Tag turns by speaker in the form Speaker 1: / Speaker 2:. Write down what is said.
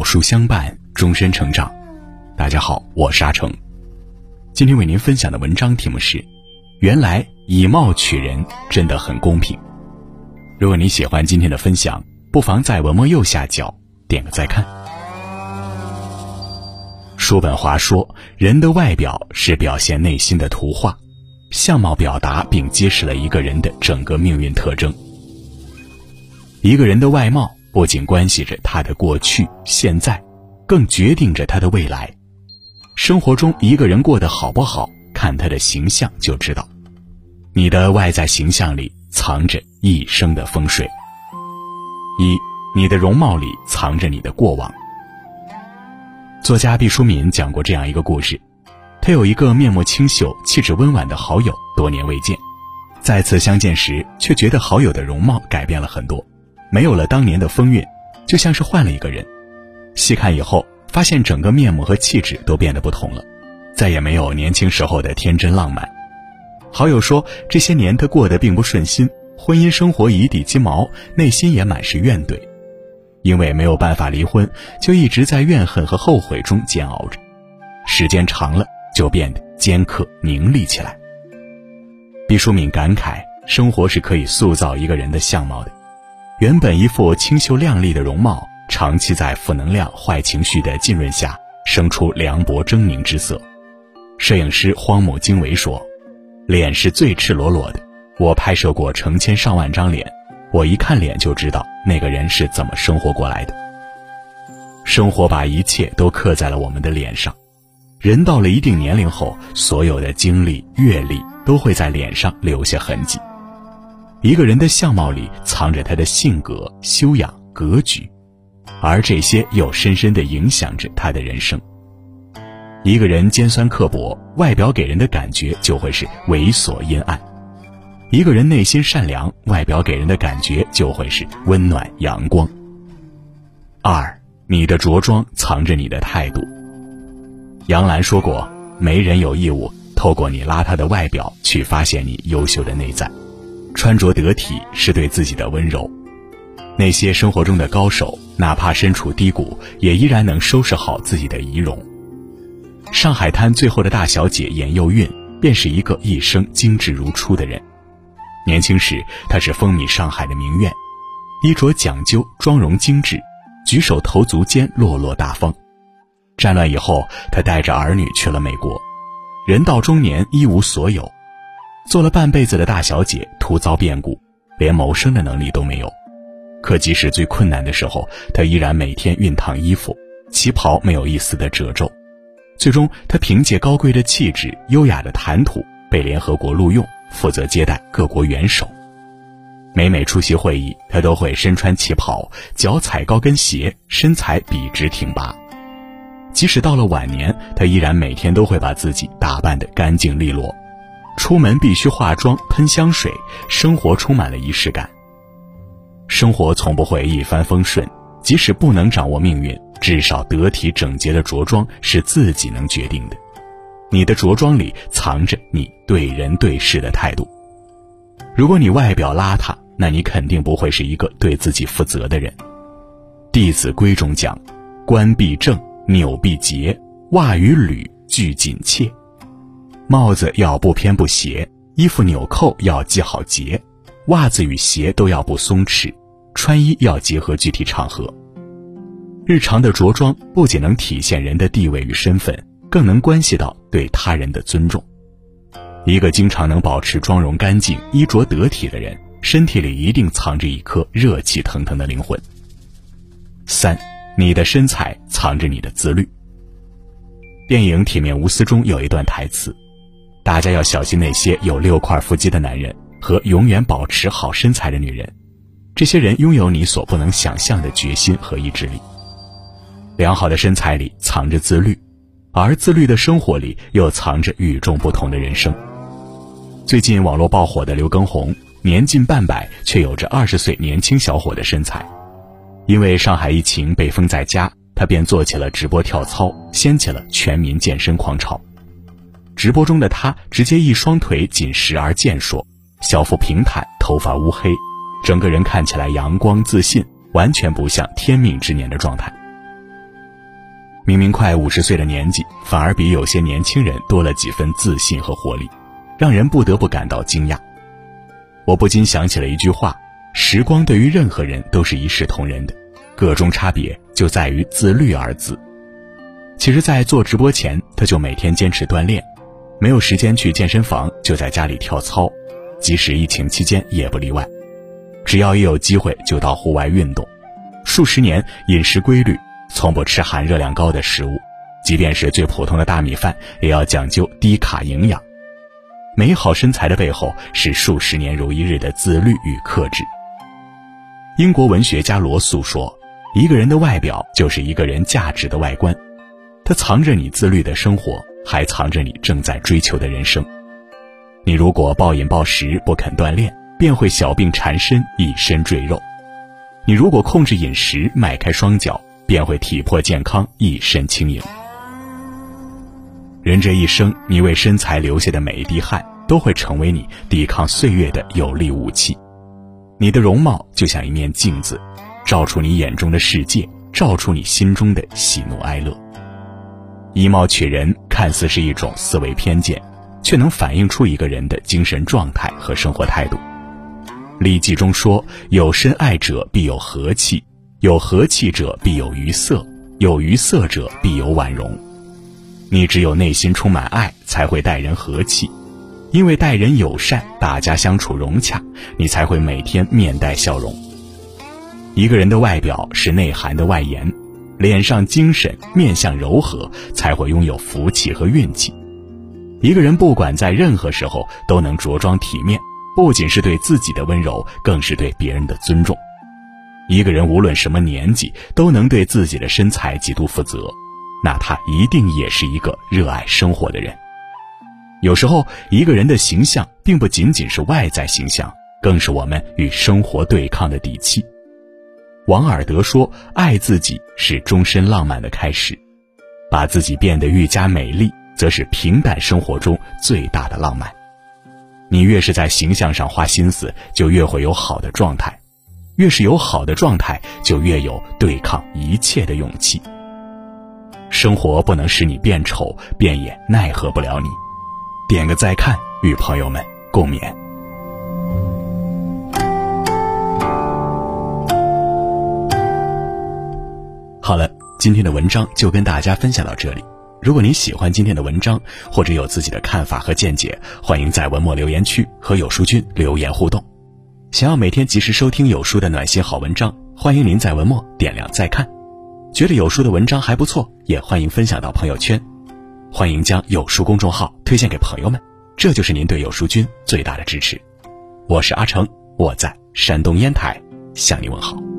Speaker 1: 有书相伴，终身成长。大家好，我是阿成。今天为您分享的文章题目是：原来以貌取人真的很公平。如果你喜欢今天的分享，不妨在文末右下角点个再看。叔本华说，人的外表是表现内心的图画，相貌表达并揭示了一个人的整个命运特征。一个人的外貌不仅关系着他的过去、现在，更决定着他的未来。生活中一个人过得好不好，看他的形象就知道。你的外在形象里藏着一生的风水。你的容貌里藏着你的过往。作家毕淑敏讲过这样一个故事，他有一个面目清秀、气质温婉的好友，多年未见，再次相见时却觉得好友的容貌改变了很多，没有了当年的风韵，就像是换了一个人。细看以后，发现整个面目和气质都变得不同了，再也没有年轻时候的天真浪漫。好友说，这些年他过得并不顺心，婚姻生活一地鸡毛，内心也满是怨怼。因为没有办法离婚，就一直在怨恨和后悔中煎熬着，时间长了就变得尖刻凝厉起来。毕淑敏感慨，生活是可以塑造一个人的相貌的。原本一副清秀亮丽的容貌，长期在负能量、坏情绪的浸润下，生出凉薄狰狞之色。摄影师荒木经惟说，脸是最赤裸裸的，我拍摄过成千上万张脸，我一看脸就知道那个人是怎么生活过来的。生活把一切都刻在了我们的脸上，人到了一定年龄后，所有的经历、阅历都会在脸上留下痕迹。一个人的相貌里藏着他的性格、修养、格局，而这些又深深地影响着他的人生。一个人尖酸刻薄，外表给人的感觉就会是猥琐阴暗；一个人内心善良，外表给人的感觉就会是温暖阳光。你的着装藏着你的态度。杨澜说过，没人有义务透过你邋遢的外表去发现你优秀的内在。穿着得体是对自己的温柔。那些生活中的高手，哪怕身处低谷，也依然能收拾好自己的仪容。上海滩最后的大小姐严幼韵，便是一个一生精致如初的人。年轻时，她是风靡上海的名媛，衣着讲究，妆容精致，举手投足间落落大方。战乱以后，她带着儿女去了美国，人到中年一无所有，做了半辈子的大小姐，突遭变故，连谋生的能力都没有。可即使最困难的时候，她依然每天熨烫衣服，旗袍没有一丝的褶皱。最终，她凭借高贵的气质、优雅的谈吐，被联合国录用，负责接待各国元首。每出席会议，她都会身穿旗袍，脚踩高跟鞋，身材笔直挺拔。即使到了晚年，她依然每天都会把自己打扮得干净利落，出门必须化妆喷香水，生活充满了仪式感。生活从不会一帆风顺，即使不能掌握命运，至少得体整洁的着装是自己能决定的。你的着装里藏着你对人对事的态度。如果你外表邋遢，那你肯定不会是一个对自己负责的人。弟子规中讲，冠必正，纽必结，袜与履俱紧切。帽子要不偏不斜，衣服纽扣要系好结，袜子与鞋都要不松弛，穿衣要结合具体场合。日常的着装不仅能体现人的地位与身份，更能关系到对他人的尊重。一个经常能保持妆容干净、衣着得体的人，身体里一定藏着一颗热气腾腾的灵魂。你的身材藏着你的自律。电影《铁面无私》中有一段台词，大家要小心那些有6块腹肌的男人和永远保持好身材的女人，这些人拥有你所不能想象的决心和意志力。良好的身材里藏着自律，而自律的生活里又藏着与众不同的人生。最近网络爆火的刘畊宏，年近半百却有着20岁年轻小伙的身材。因为上海疫情被封在家，他便做起了直播跳操，掀起了全民健身狂潮。直播中的他直接一双腿紧实而健硕，小腹平坦，头发乌黑，整个人看起来阳光自信，完全不像天命之年的状态。 明明快50岁的年纪，反而比有些年轻人多了几分自信和活力，让人不得不感到惊讶。我不禁想起了一句话，时光对于任何人都是一视同仁的，个中差别就在于自律二字。其实在做直播前，他就每天坚持锻炼，没有时间去健身房就在家里跳操，即使疫情期间也不例外。只要一有机会就到户外运动，数十年饮食规律，从不吃含热量高的食物，即便是最普通的大米饭也要讲究低卡营养。美好身材的背后是数十年如一日的自律与克制。英国文学家罗素说，一个人的外表就是一个人价值的外观，它藏着你自律的生活，还藏着你正在追求的人生。你如果暴饮暴食不肯锻炼，便会小病缠身，一身赘肉；你如果控制饮食迈开双脚，便会体魄健康，一身轻盈。人这一生，你为身材流下的每一滴汗，都会成为你抵抗岁月的有力武器。你的容貌就像一面镜子，照出你眼中的世界，照出你心中的喜怒哀乐。以貌取人看似是一种思维偏见，却能反映出一个人的精神状态和生活态度。礼记中说，有深爱者必有和气，有和气者必有愉色，有愉色者必有婉容。你只有内心充满爱，才会待人和气，因为待人友善，大家相处融洽，你才会每天面带笑容。一个人的外表是内涵的外延，脸上精神，面相柔和，才会拥有福气和运气。一个人不管在任何时候都能着装体面，不仅是对自己的温柔，更是对别人的尊重。一个人无论什么年纪，都能对自己的身材极度负责，那他一定也是一个热爱生活的人。有时候，一个人的形象并不仅仅是外在形象，更是我们与生活对抗的底气。王尔德说，爱自己是终身浪漫的开始，把自己变得愈加美丽，则是平淡生活中最大的浪漫。你越是在形象上花心思，就越会有好的状态，越是有好的状态，就越有对抗一切的勇气。生活不能使你变丑，便也奈何不了你。点个再看，与朋友们共勉。好了，今天的文章就跟大家分享到这里。如果你喜欢今天的文章，或者有自己的看法和见解，欢迎在文末留言区和有书君留言互动。想要每天及时收听有书的暖心好文章，欢迎您在文末点亮再看。觉得有书的文章还不错，也欢迎分享到朋友圈。欢迎将有书公众号推荐给朋友们，这就是您对有书君最大的支持。我是阿成，我在山东烟台向你问好。